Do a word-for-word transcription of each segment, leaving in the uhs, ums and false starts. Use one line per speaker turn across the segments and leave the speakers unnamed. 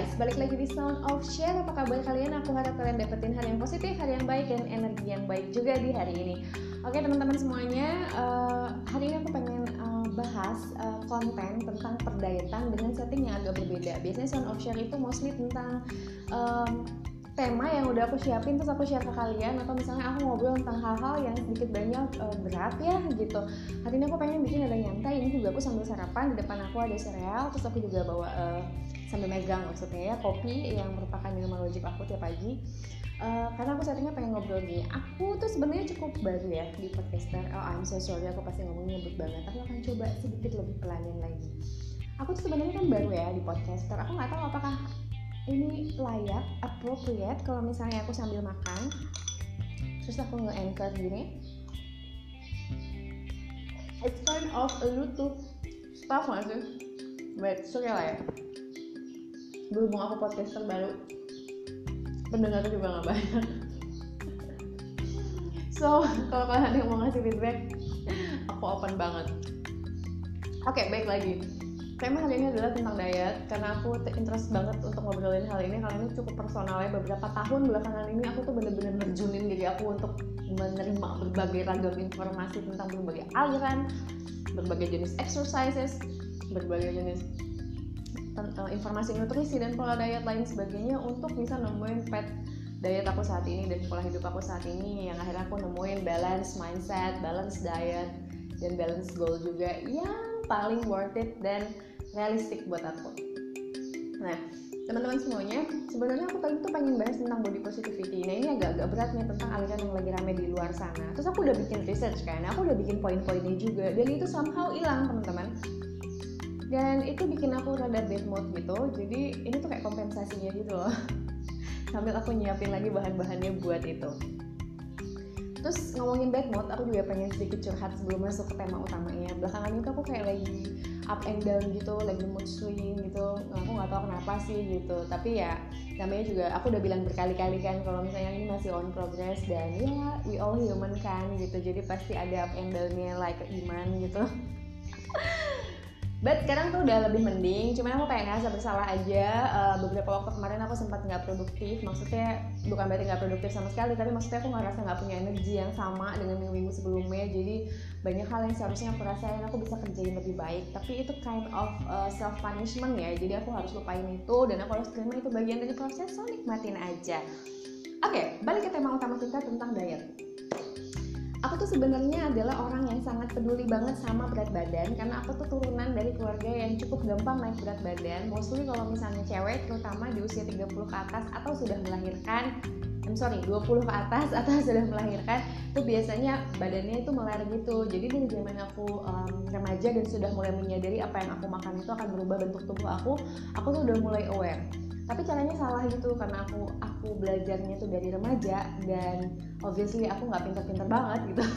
guys, balik lagi di Sound of Share. Apa kabar kalian? Aku harap kalian dapetin hari yang positif, hari yang baik, dan energi yang baik juga di hari ini. Oke teman-teman semuanya, uh, hari ini aku pengen uh, bahas uh, konten tentang perdayetan dengan setting yang agak berbeda. Biasanya Sound of Share itu mostly tentang um, tema yang udah aku siapin terus aku share ke kalian, atau misalnya aku ngobrol tentang hal-hal yang sedikit banyak uh, berat ya gitu. Hari ini aku pengen bikin ada nyantai. Ini juga aku sambil sarapan, di depan aku ada sereal, terus aku juga bawa uh, sambil megang maksudnya ya kopi yang merupakan minuman wajib aku tiap pagi. Uh, karena aku settingnya pengen ngobrol gini. Aku tuh sebenarnya cukup baru ya di podcaster. Oh I'm so sorry, aku pasti ngomongnya ngebut banget. Aku akan coba sedikit lebih pelanin lagi. Aku tuh sebenarnya kan baru ya di podcaster. Aku nggak tahu apakah ini layak, appropriate kalau misalnya aku sambil makan terus aku nge-anchor gini. It's kind of a little stuff gak sih? But sorry lah ya, berhubung aku podcaster baru, pendengar juga gak banyak. So kalau kalian ada yang mau ngasih feedback, aku open banget. Oke, okay, baik lagi. Tema hari ini adalah tentang diet, karena aku interest banget untuk ngobrolin hal ini. Karena ini cukup personal ya, beberapa tahun belakangan ini aku tuh bener-bener nerjunin diri aku untuk menerima berbagai ragam informasi tentang berbagai aliran, berbagai jenis exercises, berbagai jenis uh, informasi nutrisi dan pola diet lain sebagainya untuk bisa nemuin pet diet aku saat ini dan pola hidup aku saat ini, yang akhirnya aku nemuin balance mindset, balance diet, dan balance goal juga yang paling worth it dan realistik buat aku. Nah, teman-teman semuanya, sebenarnya aku tadi tuh pengen bahas tentang body positivity. Nah, ini agak-agak berat nih tentang aliran yang lagi rame di luar sana. Terus aku udah bikin research kan, aku udah bikin poin-poinnya juga, dan itu somehow hilang teman-teman. Dan itu bikin aku rada bad mood gitu. Jadi ini tuh kayak kompensasinya gitu loh. Sambil aku nyiapin lagi bahan-bahannya buat itu. Terus ngomongin bad mood, aku juga pengen sedikit curhat sebelum masuk ke tema utamanya. Belakangan ini tuh aku kayak lagi up and down gitu, lagi mood swing gitu. Nah, aku nggak tahu kenapa sih gitu. Tapi ya namanya juga aku udah bilang berkali-kali kan kalau misalnya ini masih on progress, dan ya we all human kan gitu. Jadi pasti ada up and down-nya like iman gitu. But sekarang tuh udah lebih mending, cuman aku kayak ngerasa bersalah aja. uh, Beberapa waktu kemarin aku sempat gak produktif. Maksudnya bukan berarti gak produktif sama sekali, tapi maksudnya aku ngerasa gak punya energi yang sama dengan minggu-minggu sebelumnya. Jadi banyak hal yang seharusnya aku rasain aku bisa kerjain lebih baik, tapi itu kind of uh, self punishment ya. Jadi aku harus lupain itu, dan aku harus terima itu bagian dari proses, so nikmatin aja. Oke, okay, balik ke tema utama kita tentang diet. Aku tuh sebenarnya adalah orang yang sangat peduli banget sama berat badan, karena aku tuh turunan dari keluarga yang cukup gampang naik berat badan. Mostly kalau misalnya cewek, terutama di usia tiga puluh ke atas atau sudah melahirkan, I'm sorry, dua puluh ke atas atau sudah melahirkan, itu biasanya badannya itu melar gitu. Jadi dari zaman aku um, remaja dan sudah mulai menyadari apa yang aku makan itu akan berubah bentuk tubuh aku, aku tuh udah mulai aware. Tapi caranya salah gitu, karena aku aku belajarnya tuh dari remaja, dan obviously aku nggak pinter-pinter banget gitu.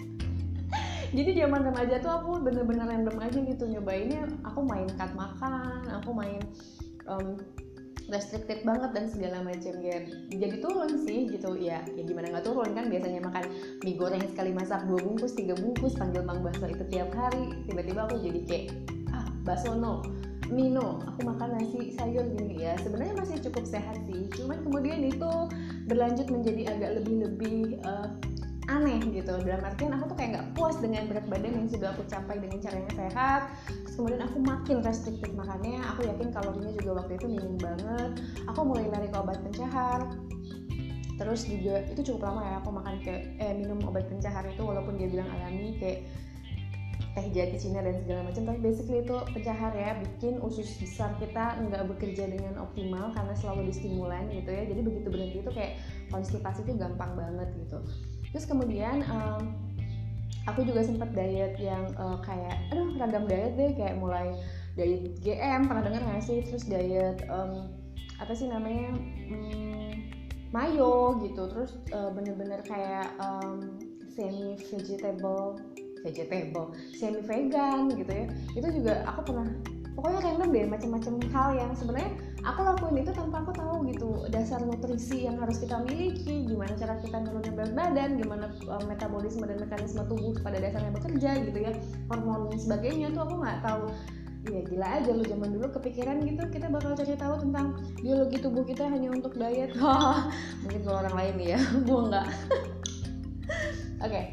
Jadi zaman remaja tuh aku bener-bener random aja gitu nyobainnya. Aku main cut makan, aku main um, restricted banget dan segala macam ya. Jadi turun sih gitu ya. Ya gimana nggak turun kan, biasanya makan mie goreng sekali masak dua bungkus, tiga bungkus, panggil Bang Bakso itu tiap hari. Tiba-tiba aku jadi kayak ah bakso no. Mino, aku makan nasi sayur gini ya. Sebenarnya masih cukup sehat sih, cuman kemudian itu berlanjut menjadi agak lebih-lebih uh, aneh gitu. Dalam artian aku tuh kayak nggak puas dengan berat badan yang sudah aku capai dengan caranya sehat. Terus kemudian aku makin restriktif makannya. Aku yakin kalorinya juga waktu itu minim banget. Aku mulai lari ke obat pencahar. Terus juga itu cukup lama ya aku makan kayak eh minum obat pencahar itu, walaupun dia bilang alami kayak teh jati Cina dan segala macam, tapi basically itu pencahar ya, bikin usus besar kita nggak bekerja dengan optimal karena selalu distimulan gitu ya. Jadi begitu berhenti itu kayak konstipasi itu gampang banget gitu. Terus kemudian um, aku juga sempat diet yang uh, kayak aduh ragam diet deh, kayak mulai diet G M, pernah dengar nggak sih? Terus diet um, apa sih namanya um, mayo gitu. Terus uh, bener-bener kayak um, semi vegetable vegetable, semi vegan gitu ya. Itu juga aku pernah, pokoknya random deh macam-macam hal yang sebenarnya aku lakuin itu tanpa aku tahu gitu dasar nutrisi yang harus kita miliki, gimana cara kita nurunin berat badan, gimana uh, metabolisme dan mekanisme tubuh pada dasarnya bekerja gitu ya, hormon dan sebagainya tuh aku nggak tahu Iya gila aja lu zaman dulu kepikiran gitu kita bakal cari tahu tentang biologi tubuh kita hanya untuk diet. Mungkin kalau orang lain nih ya, gua enggak. Oke, okay.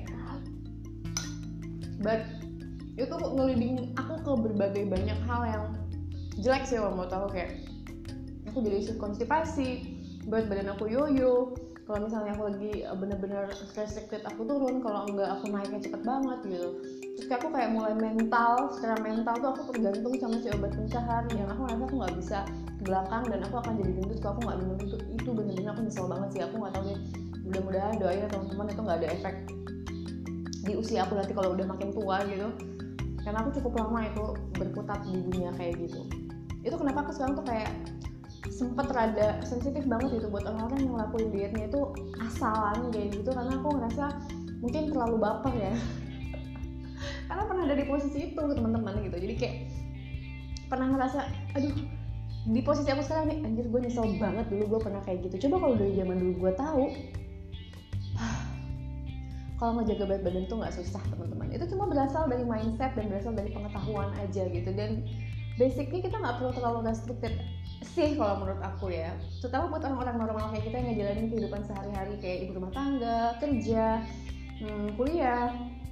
But itu ngeliding aku ke berbagai banyak hal yang jelek sih kalau menurut aku, kayak aku jadi konstipasi, berat badan aku yoyo. Kalau misalnya aku lagi bener-bener restricted aku turun, kalau enggak aku naiknya cepet banget gitu. Terus kayak aku kayak mulai mental, secara mental tuh aku tergantung sama si obat pencahar yang aku ngerasa aku nggak bisa ke belakang dan aku akan jadi gendut kalau aku nggak minum itu. Itu bener-bener aku nyesel banget sih. Aku nggak tahu deh. Mudah-mudahan doain ya teman-teman itu nggak ada efek di usia aku nanti kalau udah makin tua gitu. Karena aku cukup lama itu berkutat di dunia kayak gitu. Itu kenapa aku sekarang tuh kayak sempet rada sensitif banget gitu buat orang-orang yang ngelakuin dietnya itu asalan kayak gitu, karena aku ngerasa mungkin terlalu baper ya. Karena pernah ada di posisi itu teman-teman gitu, jadi kayak pernah ngerasa aduh di posisi aku sekarang nih, anjir gue nyesel banget dulu gue pernah kayak gitu. Coba kalau dari zaman dulu gue tahu, kalau ngejaga berat badan tuh nggak susah teman-teman. Itu cuma berasal dari mindset dan berasal dari pengetahuan aja gitu. Dan basically kita nggak perlu terlalu restricted sih kalau menurut aku ya. Terutama buat orang-orang normal kayak kita yang ngejalanin kehidupan sehari-hari kayak ibu rumah tangga, kerja, hmm, kuliah,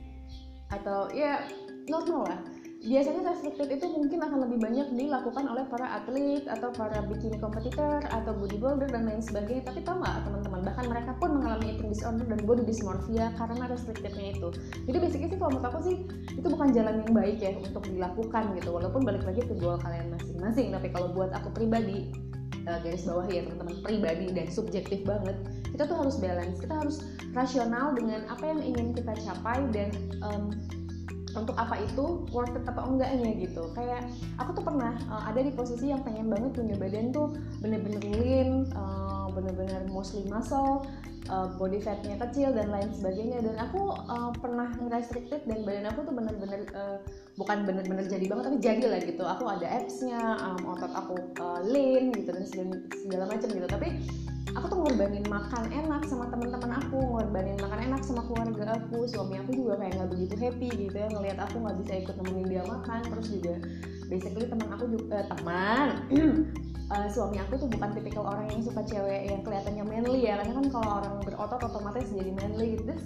atau ya normal lah. Biasanya restricted itu mungkin akan lebih banyak dilakukan oleh para atlet atau para bikini competitor atau bodybuilder dan lain sebagainya. Tapi tau nggak teman-teman, bahkan mereka pun mengalami eating disorder dan body dysmorphia karena restrictednya itu. Jadi basically sih kalau menurut aku sih itu bukan jalan yang baik ya untuk dilakukan gitu. Walaupun balik lagi ke goal kalian masing-masing. Tapi kalau buat aku pribadi, uh, garis bawah ya teman-teman, pribadi dan subjektif banget, kita tuh harus balance. Kita harus rasional dengan apa yang ingin kita capai dan um, untuk apa itu worth it atau enggaknya gitu. Kayak aku tuh pernah uh, ada di posisi yang pengen banget punya badan tuh bener-bener lean, uh, bener-bener mostly muscle, uh, body fatnya kecil dan lain sebagainya. Dan aku uh, pernah nge-restricted dan badan aku tuh bener-bener uh, bukan bener-bener jadi banget tapi jadi lah gitu. Aku ada abs-nya, um, otot aku uh, lean gitu dan segala, segala macam gitu. Tapi aku tuh ngorbanin makan enak sama teman-teman aku, ngorbanin makan enak sama keluarga aku. Suami aku juga kayak nggak begitu happy gitu ya ngelihat aku nggak bisa ikut nemenin dia makan. Terus juga basically teman aku juga eh, teman uh, suami aku tuh bukan tipikal orang yang suka cewek yang kelihatannya manly ya, karena kan kalau orang berotot otomatis jadi manly gitu. Terus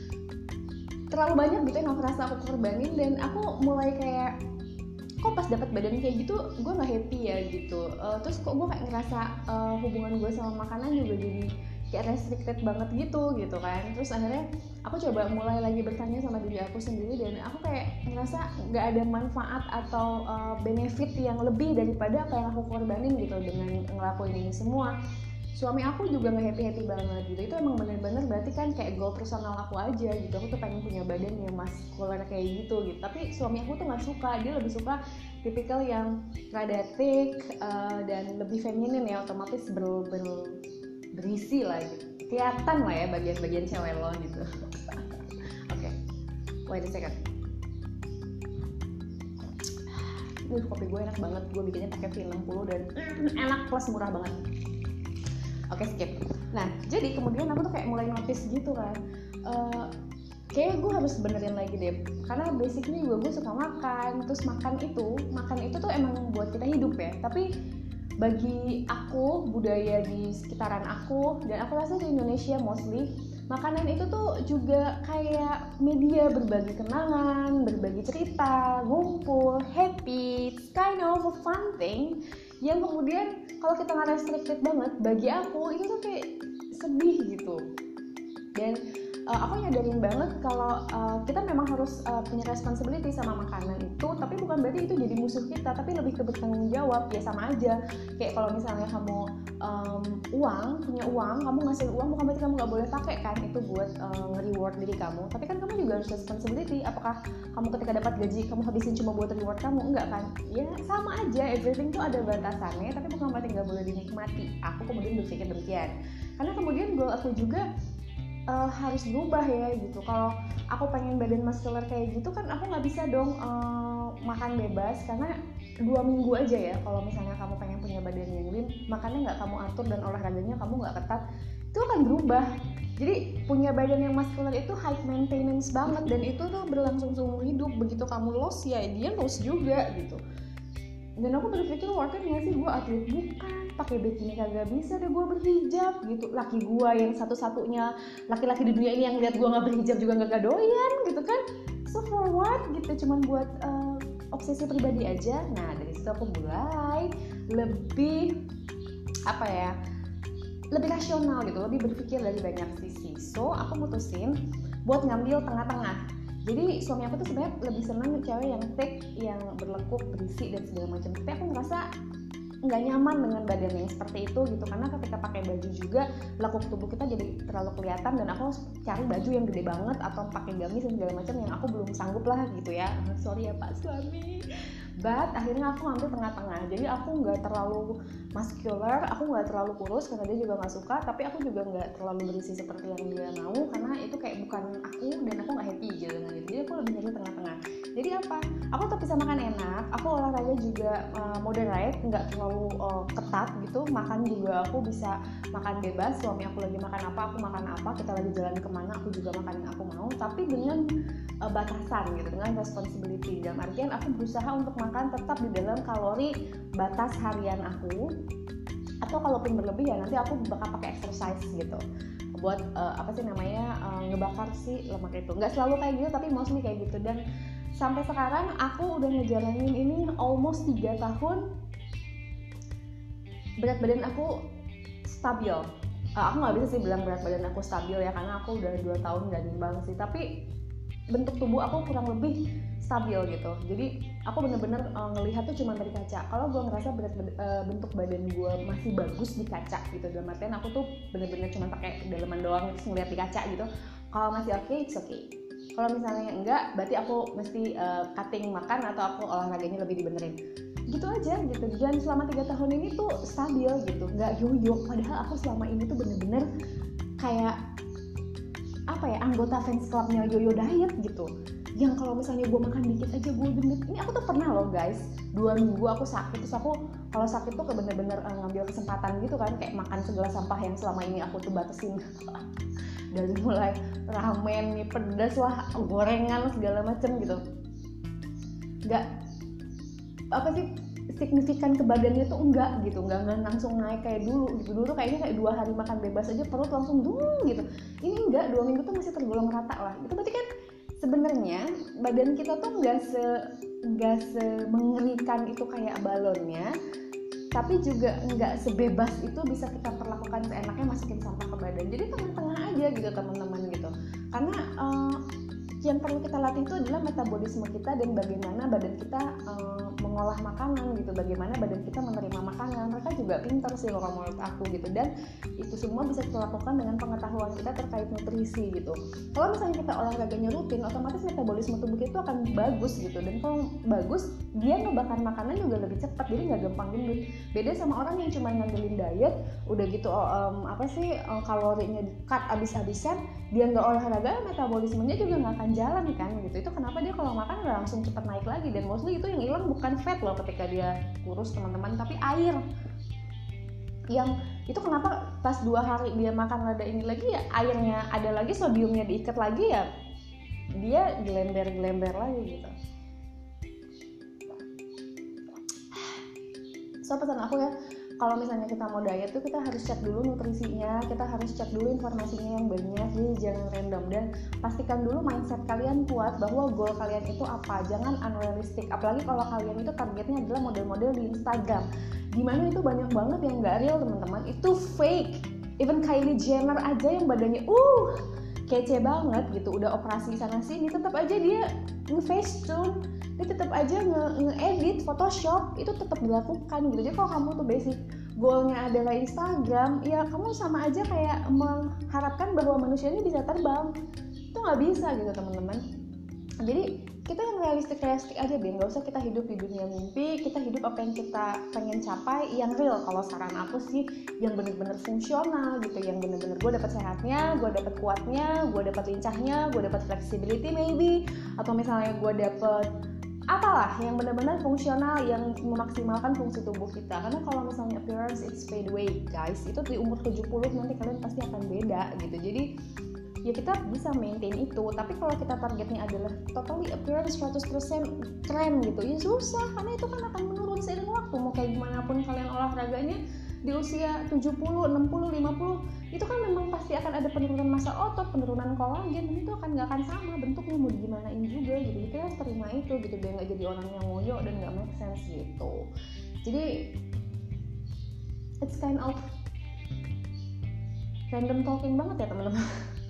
terlalu banyak gitu yang aku rasa aku korbanin dan aku mulai kayak kok pas dapat badan kayak gitu gue nggak happy ya gitu. Uh, terus kok gue kayak ngerasa uh, hubungan gue sama makanan juga jadi kayak restricted banget gitu gitu kan. Terus akhirnya aku coba mulai lagi bertanya sama diri aku sendiri dan aku kayak ngerasa nggak ada manfaat atau uh, benefit yang lebih daripada apa yang aku korbanin gitu dengan ngelakuin ini semua. Suami aku juga nggak happy happy banget gitu. Itu emang bener-bener berarti kan kayak goal personal aku aja gitu. Aku tuh pengen punya badan yang muscular kayak gitu gitu. Tapi suami aku tuh nggak suka. Dia lebih suka tipikal yang rada thick uh, dan lebih feminin ya, otomatis ber, ber, berisi lah gitu. Kelihatan lah ya bagian-bagian cewek lo gitu. Oke, okay. Wait a second. Wih, kopi gue enak banget. Gue bikinnya pakai V enam puluh dan enak plus murah banget. Oke, okay, skip. Nah, jadi kemudian aku tuh kayak mulai notice gitu kan, uh, kayak gue harus benerin lagi deh. Karena basically gue gue suka makan, terus makan itu, makan itu tuh emang buat kita hidup ya. Tapi bagi aku, budaya di sekitaran aku, dan aku rasa di Indonesia mostly, makanan itu tuh juga kayak media berbagi kenangan, berbagi cerita, ngumpul, happy, it's kind of a fun thing. Yang kemudian kalau kita nggak restricted banget, bagi aku itu tuh kayak sedih gitu. Dan uh, aku nyadarin banget kalau uh, kita memang harus uh, punya responsibility sama makanan itu, tapi bukan berarti itu jadi musuh kita, tapi lebih ke bertanggung jawab. Ya sama aja kayak kalau misalnya kamu um, uang, punya uang, kamu ngasih uang bukan berarti kamu nggak boleh pakai kan itu buat uh, nge-reward diri kamu, tapi kan kamu juga harus responsibility. Apakah kamu ketika dapat gaji kamu habisin cuma buat reward kamu? Enggak kan? Ya sama aja, everything tuh ada batasannya, tapi bukan berarti nggak boleh dinikmati. Aku kemudian berpikir demikian karena kemudian goal aku juga Uh, harus berubah ya gitu. Kalau aku pengen badan muscular kayak gitu kan aku nggak bisa dong uh, makan bebas, karena dua minggu aja ya kalau misalnya kamu pengen punya badan yang lean, makannya nggak kamu atur dan olahraganya kamu nggak ketat, itu akan berubah. Jadi punya badan yang muscular itu high maintenance banget dan itu tuh berlangsung seumur hidup. Begitu kamu loss ya dia loss juga gitu. Dan aku berpikir worth it nggak sih gue atlet? Bukan, pakai bikini kagak bisa deh gue berhijab gitu. Laki gue yang satu-satunya laki-laki di dunia ini yang lihat gue nggak berhijab juga nggak doyan gitu kan. So for what gitu, cuman buat uh, obsesi pribadi aja. Nah dari situ aku mulai lebih apa ya, lebih rasional gitu, lebih berpikir dari banyak sisi. So aku mutusin buat ngambil tengah-tengah. Jadi suami aku tuh sebenarnya lebih senang cewek yang thick, yang berlekuk, berisi dan segala macam. Tapi aku ngerasa nggak nyaman dengan badan yang seperti itu gitu, karena ketika pakai baju juga lekuk tubuh kita jadi terlalu kelihatan, dan aku cari baju yang gede banget atau pakai gamis dan segala macam yang aku belum sanggup lah gitu ya. Sorry ya Pak Suami. But akhirnya aku ngambil tengah-tengah. Jadi aku nggak terlalu muscular, aku nggak terlalu kurus karena dia juga nggak suka, tapi aku juga nggak terlalu berisi seperti yang dia mau karena itu kayak bukan aku dan aku nggak happy gitu dengan itu. Jadi aku lebih nyari tengah-tengah. Jadi apa? Aku tetap bisa makan enak, aku olahraga juga uh, moderate, nggak terlalu uh, ketat gitu. Makan juga aku bisa makan bebas. Suami aku lagi makan apa, aku makan apa. Kita lagi jalan kemana, aku juga makan yang aku mau. Tapi dengan uh, batasan gitu, dengan responsibility. Dalam artian aku berusaha untuk makan tetap di dalam kalori batas harian aku. Atau kalaupun berlebih ya nanti aku bakal pakai exercise gitu. Buat uh, apa sih namanya uh, ngebakar si lemak itu. Nggak selalu kayak gitu, tapi mostly kayak gitu. Dan sampai sekarang aku udah ngejalanin ini almost tiga tahun. Berat badan aku stabil. Uh, aku nggak bisa sih bilang berat badan aku stabil ya, karena aku udah dua tahun nggak nimbang sih. Tapi bentuk tubuh aku kurang lebih stabil gitu. Jadi aku bener-bener uh, ngelihat tuh cuma dari kaca. Kalau gue ngerasa berat uh, bentuk badan gue masih bagus di kaca gitu, dalam artian aku tuh bener-bener cuma pakai daleman doang terus ngeliat di kaca gitu. Kalau masih oke, okay, it's okay. Kalau misalnya enggak, berarti aku mesti uh, cutting makan atau aku olahraganya lebih dibenerin. Gitu aja gitu. Dan selama tiga tahun ini tuh stabil gitu, nggak yoyo. Padahal aku selama ini tuh bener-bener kayak apa ya, anggota fans clubnya Yoyo Diet gitu. Yang kalau misalnya gue makan dikit aja gue gendut. Ini aku tuh pernah loh guys, dua minggu aku sakit. Terus aku kalau sakit tuh bener-bener uh, ngambil kesempatan gitu kan, kayak makan segelas sampah yang selama ini aku tuh batasin. Dari mulai ramen nih, pedas lah, gorengan segala macem gitu. Gak apa sih signifikan ke badannya tuh enggak gitu, enggak, enggak langsung naik kayak dulu gitu. Dulu kayaknya kayak dua hari makan bebas aja perut langsung dung gitu. Ini enggak, dua minggu tuh masih tergolong rata lah. Itu berarti kan sebenarnya badan kita tuh enggak se enggak semengerikan itu kayak balonnya, tapi juga enggak sebebas itu bisa kita perlakukan seenaknya masukin sampah ke badan. Jadi tengah-tengah aja gitu teman-teman gitu. Karena uh, yang perlu kita latih itu adalah metabolisme kita dan bagaimana badan kita uh, mengolah makanan gitu, bagaimana badan kita menerima makanan. Mereka juga pintar sih kalau menurut aku gitu, dan itu semua bisa kita lakukan dengan pengetahuan kita terkait nutrisi gitu. Kalau misalnya kita olahraganya rutin, otomatis metabolisme tubuh kita akan bagus gitu, dan kalau bagus dia ngebakar makanan juga lebih cepat, jadi nggak gampang gendut. Beda sama orang yang cuma ngandelin diet, udah gitu um, apa sih um, kalorinya di cut abis-abisan, dia nggak olahraga, metabolismenya juga nggak akan jalan kan gitu. Itu kenapa dia kalau makan udah langsung cepat naik lagi, dan mostly itu yang hilang bukan fat loh ketika dia kurus teman-teman, tapi air. Yang itu kenapa pas dua hari dia makan rada ini lagi ya airnya ada lagi, sodiumnya diikat lagi ya dia gelember-gelember lagi gitu. So pesan aku ya, kalau misalnya kita mau diet tuh kita harus cek dulu nutrisinya, kita harus cek dulu informasinya yang banyak, jadi jangan random, dan pastikan dulu mindset kalian kuat bahwa goal kalian itu apa, jangan unrealistic. Apalagi kalau kalian itu targetnya adalah model-model di Instagram, dimana itu banyak banget yang nggak real teman-teman, itu fake. Even Kylie Jenner aja yang badannya uh kece banget gitu, udah operasi sana sini, tetap aja dia nge-facetune, dia tetap aja nge-edit Photoshop, itu tetap dilakukan gitu. Jadi kalau kamu tuh basic goalnya adalah Instagram, ya kamu sama aja kayak mengharapkan bahwa manusia ini bisa terbang, itu nggak bisa gitu teman-teman. Jadi kita yang realistik-realistik aja deh, nggak usah kita hidup di dunia mimpi, kita hidup apa yang kita pengen capai, yang real. Kalau saran aku sih yang bener-bener fungsional gitu, yang bener-bener gue dapet sehatnya, gue dapet kuatnya, gue dapet lincahnya, gue dapet flexibility maybe, atau misalnya gue dapet apalah yang benar-benar fungsional, yang memaksimalkan fungsi tubuh kita. Karena kalau misalnya appearance it's fade away guys, itu di umur tujuh puluh nanti kalian pasti akan beda gitu. Jadi ya kita bisa maintain itu. Tapi kalau kita targetnya adalah totally appearance seratus persen keren gitu, ya susah, karena itu kan akan menurun seiring waktu. Mau kayak gimana pun kalian olahraganya di usia tujuh puluh, enam puluh, lima puluh, itu kan memang pasti akan ada penurunan massa otot, penurunan kolagen, dan itu akan gak akan sama bentuknya, mau digimanain juga gitu. Jadi kita harus terima itu gitu, biar gak jadi orang yang ngoyo dan gak make sense gitu. Jadi it's kind of random talking banget ya teman-teman.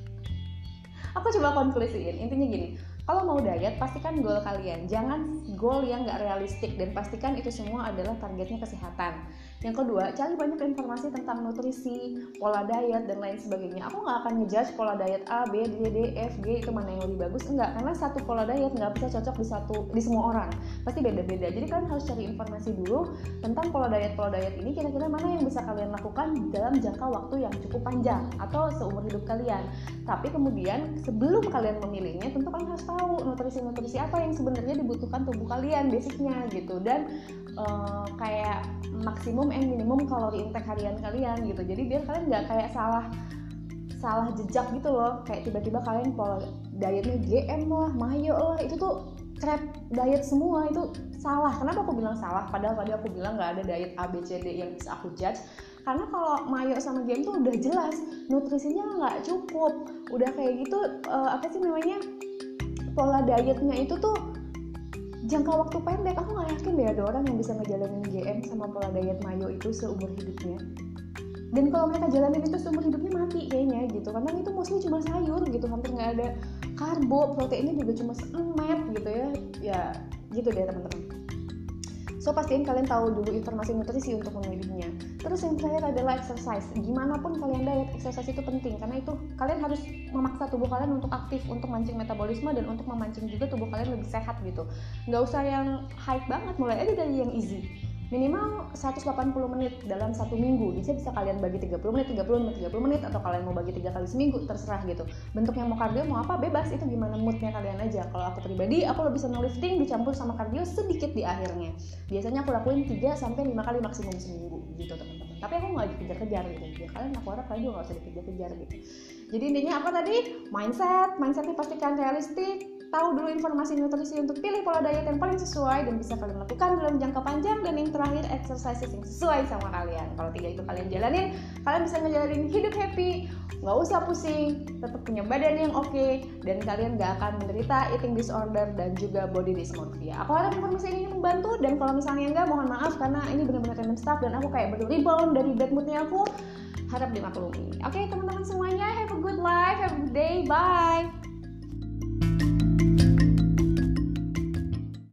Aku coba konklusiin, intinya gini, kalau mau diet pastikan goal kalian, jangan goal yang gak realistik, dan pastikan itu semua adalah targetnya kesehatan. Yang kedua, cari banyak informasi tentang nutrisi, pola diet, dan lain sebagainya. Aku gak akan ngejudge pola diet A, B, D, D, F, G itu mana yang lebih bagus, enggak, karena satu pola diet gak bisa cocok di satu di semua orang, pasti beda-beda. Jadi kalian harus cari informasi dulu tentang pola diet-pola diet ini, kira-kira mana yang bisa kalian lakukan dalam jangka waktu yang cukup panjang atau seumur hidup kalian. Tapi kemudian sebelum kalian memilihnya, tentu kalian harus tahu nutrisi-nutrisi apa yang sebenarnya dibutuhkan tubuh kalian basicnya gitu, dan uh, kayak maksimum and minimum kalori intake harian kalian gitu. Jadi biar kalian nggak kayak salah salah jejak gitu loh, kayak tiba-tiba kalian pola dietnya G M lah, mayo lah, itu tuh crap diet semua, itu salah. Kenapa aku bilang salah? Padahal tadi aku bilang nggak ada diet A, B, C, D yang bisa aku judge. Karena kalau mayo sama G M tuh udah jelas nutrisinya nggak cukup, udah kayak gitu uh, apa sih namanya, pola dietnya itu tuh jangka waktu pendek. Aku nggak yakin deh ada orang yang bisa ngejalanin G M sama pola diet mayo itu seumur hidupnya. Dan kalau mereka jalanin itu seumur hidupnya mati kayaknya gitu, karena itu mostly cuma sayur gitu, hampir nggak ada karbo, proteinnya juga cuma seemet gitu ya. Ya gitu deh teman-teman. So pastiin kalian tahu dulu informasi nutrisi untuk memilihnya. Terus yang terakhir adalah exercise. Gimana pun kalian diet, exercise itu penting, karena itu kalian harus memaksa tubuh kalian untuk aktif, untuk mancing metabolisme, dan untuk memancing juga tubuh kalian lebih sehat gitu. Nggak usah yang hype banget, mulai aja dari yang easy. Minimal seratus delapan puluh menit dalam satu minggu. Bisa bisa kalian bagi tiga puluh menit, tiga puluh menit, tiga puluh menit, atau kalian mau bagi tiga kali seminggu, terserah gitu. Bentuknya mau kardio, mau apa, bebas, itu gimana moodnya kalian aja. Kalau aku pribadi, aku lebih senang lifting dicampur sama kardio sedikit di akhirnya. Biasanya aku lakuin tiga sampai lima kali maksimum seminggu gitu teman-teman. Tapi aku nggak dikejar-kejar gitu. Ya kalian, aku harap kalian juga nggak usah dikejar-kejar gitu. Jadi intinya apa tadi? Mindset, mindsetnya pastikan realistik. Tahu dulu informasi nutrisi untuk pilih pola diet yang paling sesuai dan bisa kalian lakukan dalam jangka panjang. Dan yang terakhir, exercise yang sesuai sama kalian. Kalau tiga itu kalian jalanin, kalian bisa ngejalanin hidup happy, nggak usah pusing, tetap punya badan yang oke, okay, dan kalian nggak akan menderita eating disorder dan juga body dysmorphia. Aku harap informasi ini membantu, dan kalau misalnya enggak, mohon maaf karena ini benar-benar random stuff dan aku kayak baru rebound dari bad moodnya aku. Harap dimaklumi. Oke okay, teman-teman semuanya, have a good life, have a good day, bye.